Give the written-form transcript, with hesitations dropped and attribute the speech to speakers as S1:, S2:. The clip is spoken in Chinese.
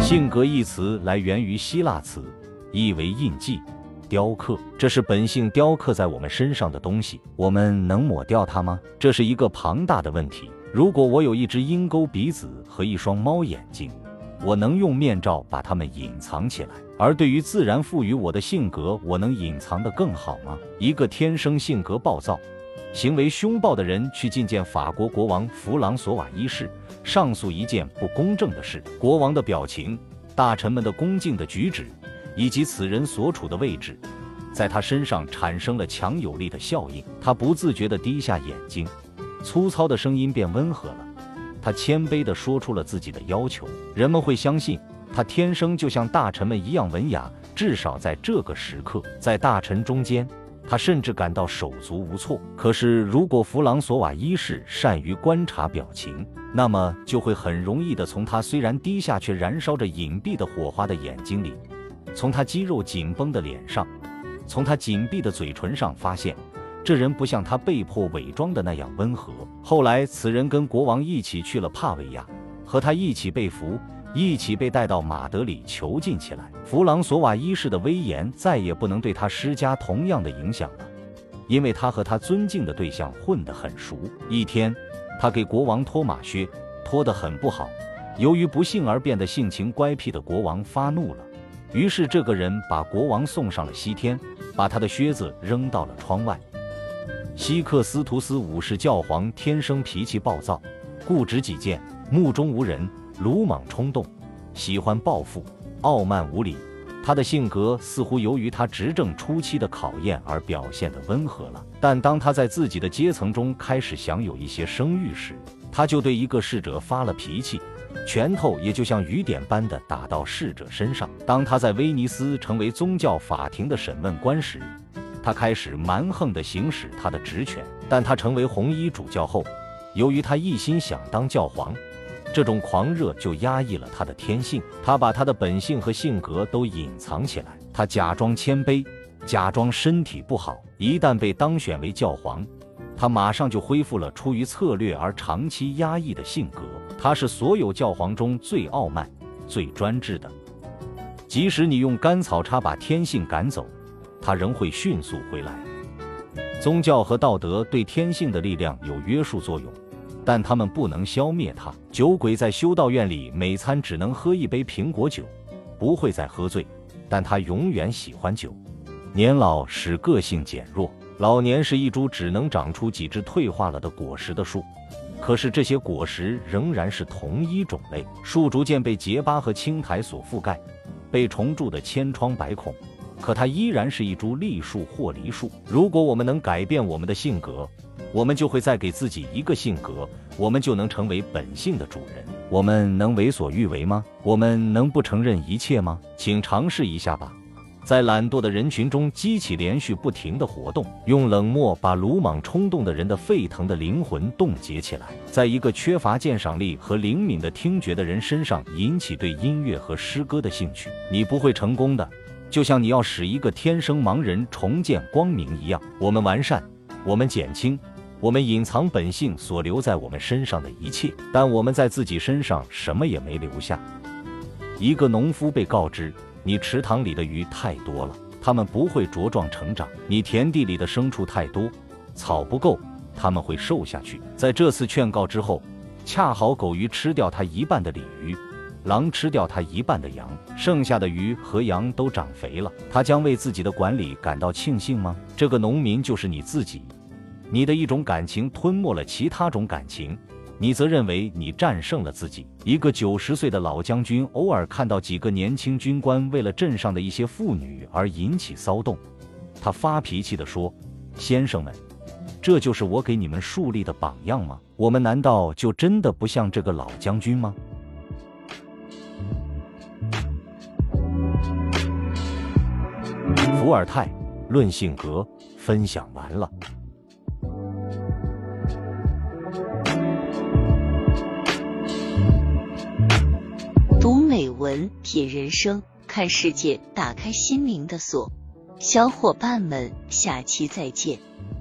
S1: 性格一词来源于希腊词，意为印记、雕刻，这是本性雕刻在我们身上的东西，我们能抹掉它吗？这是一个庞大的问题。如果我有一只鹰钩鼻子和一双猫眼睛，我能用面罩把它们隐藏起来，而对于自然赋予我的性格，我能隐藏得更好吗？一个天生性格暴躁、行为凶暴的人去觐见法国国王弗朗索瓦一世，上诉一件不公正的事。国王的表情、大臣们的恭敬的举止，以及此人所处的位置，在他身上产生了强有力的效应。他不自觉地低下眼睛，粗糙的声音变温和了。他谦卑地说出了自己的要求，人们会相信他天生就像大臣们一样文雅，至少在这个时刻，在大臣中间，他甚至感到手足无措。可是如果弗朗索瓦一世善于观察表情，那么就会很容易地从他虽然低下却燃烧着隐蔽的火花的眼睛里，从他肌肉紧绷的脸上，从他紧闭的嘴唇上发现，这人不像他被迫伪装的那样温和。后来此人跟国王一起去了帕维亚，和他一起被俘，一起被带到马德里囚禁起来。弗朗索瓦一世的威严再也不能对他施加同样的影响了，因为他和他尊敬的对象混得很熟。一天，他给国王脱马靴，脱得很不好，由于不幸而变得性情乖僻的国王发怒了，于是这个人把国王送上了西天，把他的靴子扔到了窗外。西克斯图斯五世教皇天生脾气暴躁，固执己见，目中无人，鲁莽冲动，喜欢报复，傲慢无礼。他的性格似乎由于他执政初期的考验而表现得温和了，但当他在自己的阶层中开始享有一些声誉时，他就对一个侍者发了脾气，拳头也就像雨点般地打到侍者身上。当他在威尼斯成为宗教法庭的审问官时，他开始蛮横地行使他的职权。但他成为红衣主教后，由于他一心想当教皇，这种狂热就压抑了他的天性，他把他的本性和性格都隐藏起来。他假装谦卑，假装身体不好。一旦被当选为教皇，他马上就恢复了出于策略而长期压抑的性格。他是所有教皇中最傲慢、最专制的。即使你用干草叉把天性赶走，他仍会迅速回来。宗教和道德对天性的力量有约束作用，但他们不能消灭它。酒鬼在修道院里每餐只能喝一杯苹果酒，不会再喝醉，但他永远喜欢酒。年老使个性减弱，老年是一株只能长出几只退化了的果实的树，可是这些果实仍然是同一种类。树逐渐被结疤和青苔所覆盖，被虫蛀得千疮百孔，可它依然是一株栗树或梨树。如果我们能改变我们的性格，我们就会再给自己一个性格，我们就能成为本性的主人。我们能为所欲为吗？我们能不承认一切吗？请尝试一下吧。在懒惰的人群中激起连续不停的活动，用冷漠把鲁莽冲动的人的沸腾的灵魂冻结起来，在一个缺乏鉴赏力和灵敏的听觉的人身上引起对音乐和诗歌的兴趣。你不会成功的，就像你要使一个天生盲人重见光明一样。我们完善，我们减轻，我们隐藏本性所留在我们身上的一切，但我们在自己身上什么也没留下。一个农夫被告知，你池塘里的鱼太多了，它们不会茁壮成长；你田地里的牲畜太多，草不够，它们会瘦下去。在这次劝告之后，恰好狗鱼吃掉它一半的鲤鱼，狼吃掉它一半的羊，剩下的鱼和羊都长肥了。他将为自己的管理感到庆幸吗？这个农民就是你自己，你的一种感情吞没了其他种感情，你则认为你战胜了自己。一个90岁的老将军偶尔看到几个年轻军官为了镇上的一些妇女而引起骚动，他发脾气地说：先生们，这就是我给你们树立的榜样吗？我们难道就真的不像这个老将军吗？伏尔泰论性格分享完了。
S2: 读美文，品人生，看世界，打开心灵的锁。小伙伴们，下期再见。